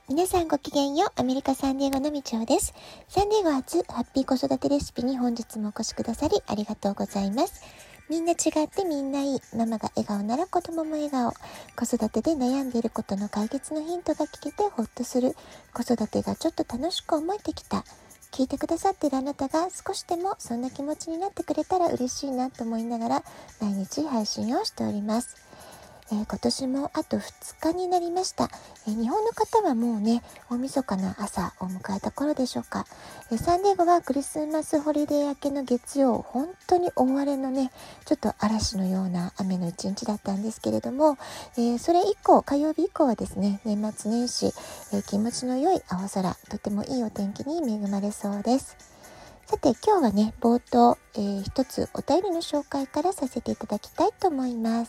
皆さんごきげんよう。アメリカサンディエゴのみちおです。サンディエゴ初ハッピー子育てレシピに本日もお越しくださりありがとうございます。みんな違ってみんないい。ママが笑顔なら子供も笑顔。子育てで悩んでいることの解決のヒントが聞けてほっとする。子育てがちょっと楽しく思えてきた。聞いてくださっているあなたが少しでもそんな気持ちになってくれたら嬉しいなと思いながら毎日配信をしております。今年もあと2日になりました。日本の方はもうね、大晦日の朝を迎えた頃でしょうか。サンディエゴはクリスマスホリデー明けの月曜、本当に大荒れのね、ちょっと嵐のような雨の一日だったんですけれども、それ以降、火曜日以降はですね、年末年始、気持ちの良い青空、とてもいいお天気に恵まれそうです。さて今日はね、冒頭、一つお便りの紹介からさせていただきたいと思います。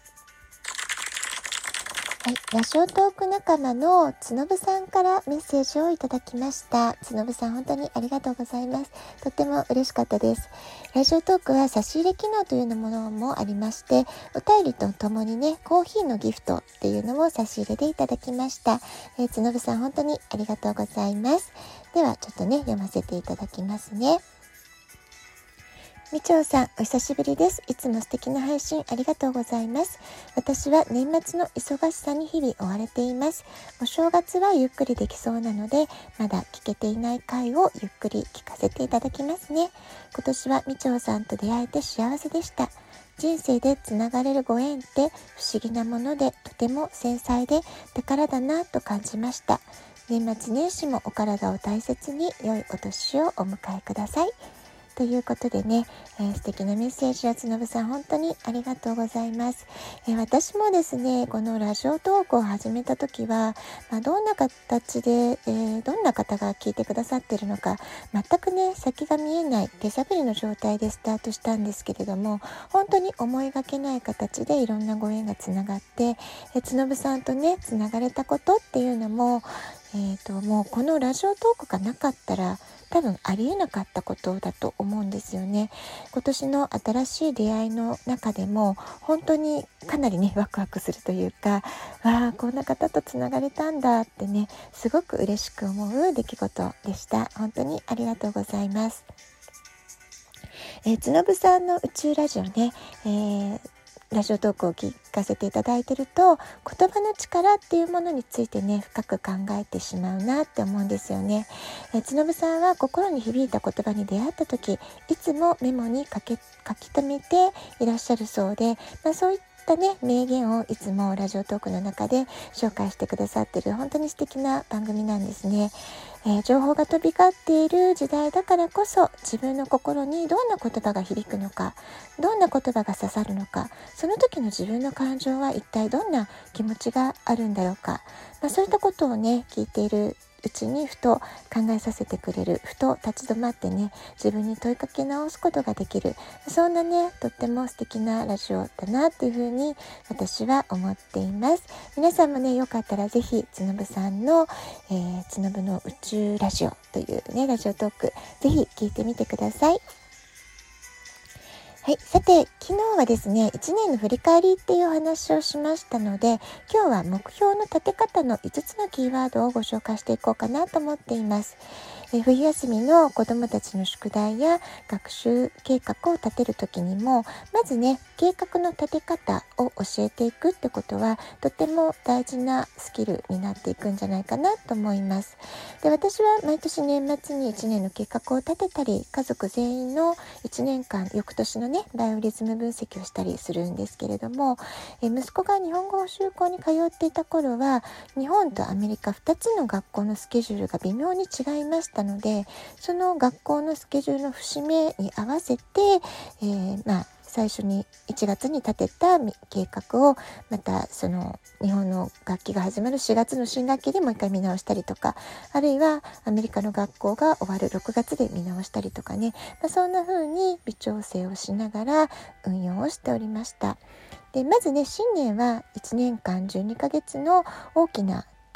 はい、ラジオトーク仲間のつのぶさんからメッセージをいただきました。つのぶさん本当にありがとうございます。とても嬉しかったです。ラジオトークは差し入れ機能というものもありまして、お便りとともにね、コーヒーのギフトっていうのも差し入れでいただきました。つのぶさん本当にありがとうございます。ではちょっとね、読ませていただきますね。みちょうさん、お久しぶりです。いつも素敵な配信ありがとうございます。私は年末の忙しさに日々追われています。お正月はゆっくりできそうなので、まだ聞けていない回をゆっくり聞かせていただきますね。今年はみちょうさんと出会えて幸せでした。人生でつながれるご縁って不思議なもので、とても繊細で宝だなと感じました。年末年始もお体を大切に良いお年をお迎えください。ということでね、素敵なメッセージをつのぶさん本当にありがとうございます。私もですね、このラジオトークを始めた時は、どんな形で、どんな方が聞いてくださっているのか全くね、先が見えない手探りの状態でスタートしたんですけれども、本当に思いがけない形でいろんなご縁がつながって、つのぶさんとねつながれたことっていうのも、もうこのラジオトークがなかったら多分ありえなかったことだと思うんですよね。今年の新しい出会いの中でも本当にかなりねワクワクするというか、こんな方とつながれたんだってね、すごく嬉しく思う出来事でした。本当にありがとうございます。つのぶさんの宇宙ラジオね、ラジオトークを聞かせていただいていると、言葉の力っていうものについてね深く考えてしまうなって思うんですよね。つのぶさんは心に響いた言葉に出会った時、いつもメモに書き留めていらっしゃるそうで、そういったね名言をいつもラジオトークの中で紹介してくださっている本当に素敵な番組なんですね。情報が飛び交っている時代だからこそ、自分の心にどんな言葉が響くのか、どんな言葉が刺さるのか、その時の自分の感情は一体どんな気持ちがあるんだろうか、そういったことをね聞いているうちにふと考えさせてくれる、ふと立ち止まってね自分に問いかけ直すことができる、そんなねとっても素敵なラジオだなっていうふうに私は思っています。皆さんもねよかったらぜひつのぶさんの、つのぶの宇宙ラジオというねラジオトークぜひ聞いてみてください。はい、さて昨日はですね1年の振り返りっていうお話をしましたので、今日は目標の立て方の5つのキーワードをご紹介していこうかなと思っています。冬休みの子どもたちの宿題や学習計画を立てる時にも、まずね計画の立て方を教えていくってことはとても大事なスキルになっていくんじゃないかなと思います。で、私は毎年年末に1年の計画を立てたり、家族全員の1年間翌年のねバイオリズム分析をしたりするんですけれども、息子が日本語補習校に通っていた頃は日本とアメリカ2つの学校のスケジュールが微妙に違いましたので、その学校のスケジュールの節目に合わせて、最初に1月に立てた計画をまたその日本の学期が始まる4月の新学期でもう一回見直したりとか、あるいはアメリカの学校が終わる6月で見直したりとかね、そんな風に微調整をしながら運用をしておりました。で、まずね新年は1年間12ヶ月の大きな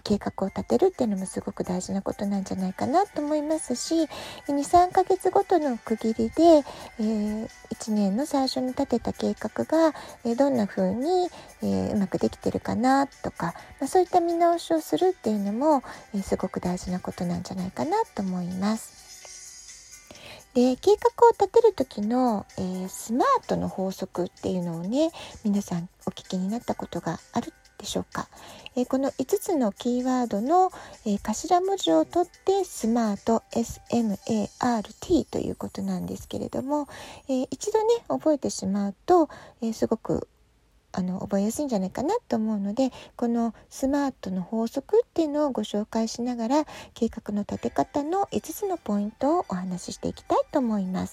計画を立てるっていうのもすごく大事なことなんじゃないかなと思いますし、2、3ヶ月ごとの区切りで、1年の最初に立てた計画が、どんな風に、うまくできてるかなとか、そういった見直しをするっていうのも、すごく大事なことなんじゃないかなと思います。で、計画を立てる時の、スマートの法則っていうのをね、皆さんお聞きになったことがあるでしょうか。この5つのキーワードの、頭文字を取ってスマート SMART ということなんですけれども、一度ね覚えてしまうと、すごく覚えやすいんじゃないかなと思うので、このスマートの法則っていうのをご紹介しながら、計画の立て方の5つのポイントをお話ししていきたいと思います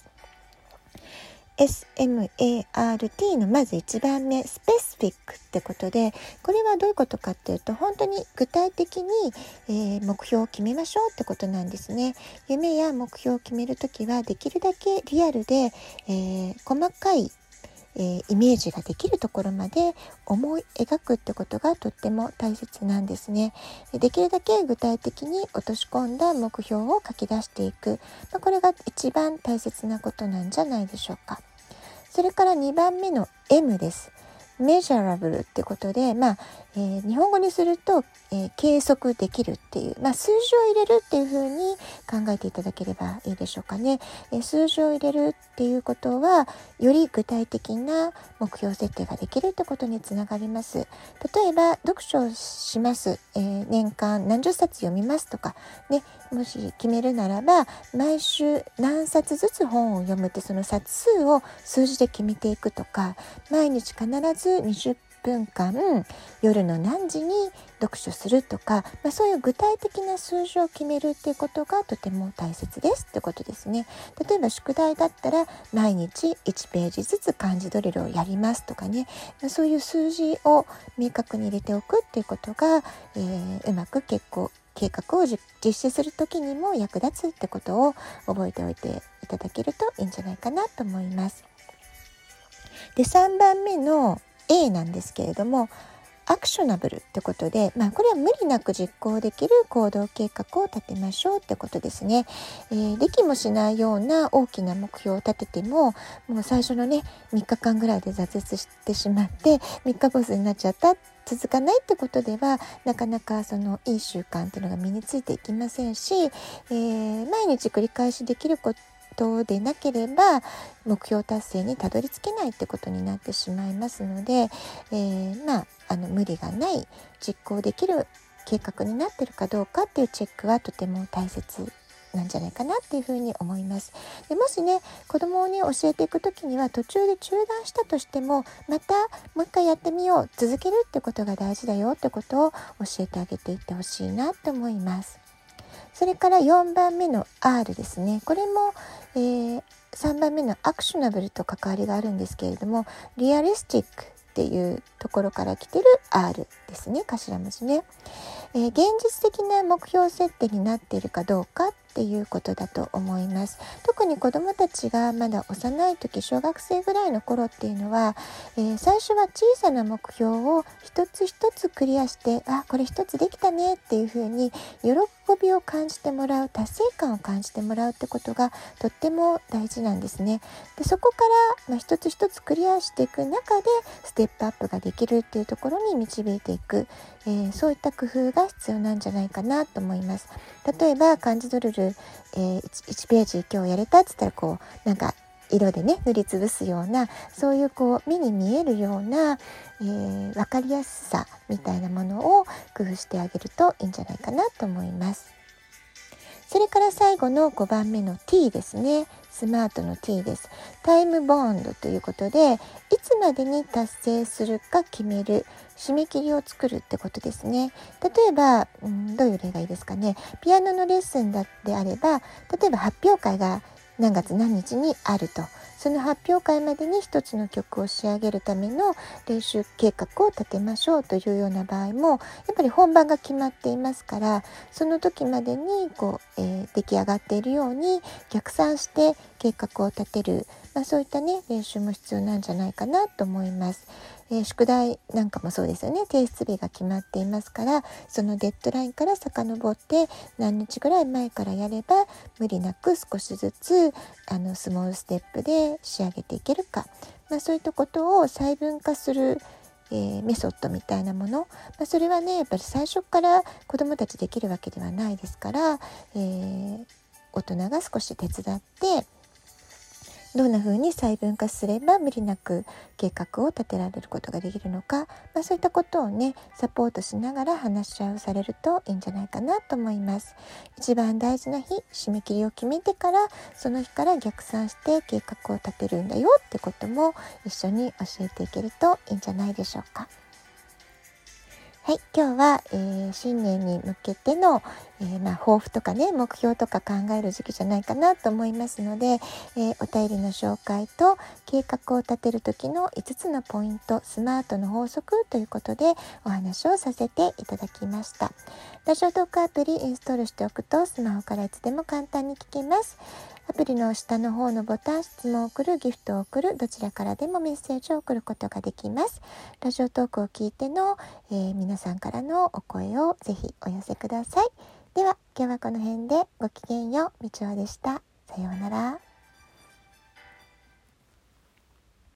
。SMART のまず1番目、スペシフィックってことで、これはどういうことかっていうと、本当に具体的に、目標を決めましょうってことなんですね。夢や目標を決めるときはできるだけリアルで、細かいイメージができるところまで思い描くってことがとっても大切なんですね。できるだけ具体的に落とし込んだ目標を書き出していく、これが一番大切なことなんじゃないでしょうか。それから2番目の M です。メジャラブルってことで、日本語にすると、計測できるっていう、数字を入れるっていう風に考えていただければいいでしょうかね。数字を入れるっていうことは、より具体的な目標設定ができるってことにつながります。例えば、読書をします。年間何十冊読みますとか、ね、もし決めるならば、毎週何冊ずつ本を読むって、その冊数を数字で決めていくとか、毎日必ず20分間夜の何時に読書するとか、そういう具体的な数字を決めるっていうことがとても大切ですってことですね。例えば宿題だったら毎日1ページずつ漢字ドリルをやりますとかね、そういう数字を明確に入れておくっていうことが、うまく計画を実施するときにも役立つってことを覚えておいていただけるといいんじゃないかなと思います。で、3番目の A なんですけれども、アクショナブルってことで、これは無理なく実行できる行動計画を立てましょうってことですね。できもしないような大きな目標を立てても、もう最初のね3日間ぐらいで挫折してしまって三日坊主になっちゃった、続かないってことではなかなかそのいい習慣っていうのが身についていきませんし、毎日繰り返しできることでなければ目標達成にたどり着けないってことになってしまいますので、無理がない実行できる計画になっているかどうかっていうチェックはとても大切なんじゃないかなっていうふうに思います。でもしね子供をね教えていくときには途中で中断したとしてもまたもう一回やってみよう、続けるってことが大事だよってことを教えてあげていってほしいなと思います。それから4番目の R ですね。これも、3番目のアクショナブルと関わりがあるんですけれども、リアリスティックっていうところから来てる R ですね、頭文字ね。現実的な目標設定になっているかどうかっていうことだと思います。特に子どもたちがまだ幼い時、小学生ぐらいの頃っていうのは、最初は小さな目標を一つ一つクリアして、これ一つできたねっていうふうに喜びを感じてもらう、達成感を感じてもらうってことがとっても大事なんですね。でそこから、一つ一つクリアしていく中でステップアップができるっていうところに導いていく、そういった工夫が必要なんじゃないかなと思います。例えば漢字ドリル、1ページ今日やれたって言ったらなんか色でね塗りつぶすような、そういう目に見えるような、分かりやすさみたいなものを工夫してあげるといいんじゃないかなと思います。それから最後の5番目の T ですね。スマートの T です。タイムボンドということで、いつまでに達成するか決める、締め切りを作るってことですね。例えば、どういう例がいいですかね。ピアノのレッスンであれば、例えば発表会が何月何日にあると。その発表会までに一つの曲を仕上げるための練習計画を立てましょうというような場合も、やっぱり本番が決まっていますから、その時までに出来上がっているように逆算して計画を立てる、そういったね練習も必要なんじゃないかなと思います。 宿題なんかもそうですよね。提出日が決まっていますから、そのデッドラインから遡って何日ぐらい前からやれば無理なく少しずつスモールステップで仕上げていけるか、そういったことを細分化するメソッドみたいなもの、それはねやっぱり最初から子どもたちできるわけではないですから、大人が少し手伝ってどんな風に細分化すれば無理なく計画を立てられることができるのか、そういったことをねサポートしながら話し合いをされるといいんじゃないかなと思います。一番大事な日、締め切りを決めてからその日から逆算して計画を立てるんだよってことも一緒に教えていけるといいんじゃないでしょうか。はい、今日は、新年に向けての、抱負とかね目標とか考える時期じゃないかなと思いますので、お便りの紹介と計画を立てる時の5つのポイント、スマートの法則ということでお話をさせていただきました。ラジオトークアプリインストールしておくとスマホからいつでも簡単に聞けます。アプリの下の方のボタン、質問を送る、ギフトを送る、どちらからでもメッセージを送ることができます。ラジオトークを聞いての、皆さんからのお声をぜひお寄せください。では今日はこの辺でごきげんよう。みちおでした。さようなら。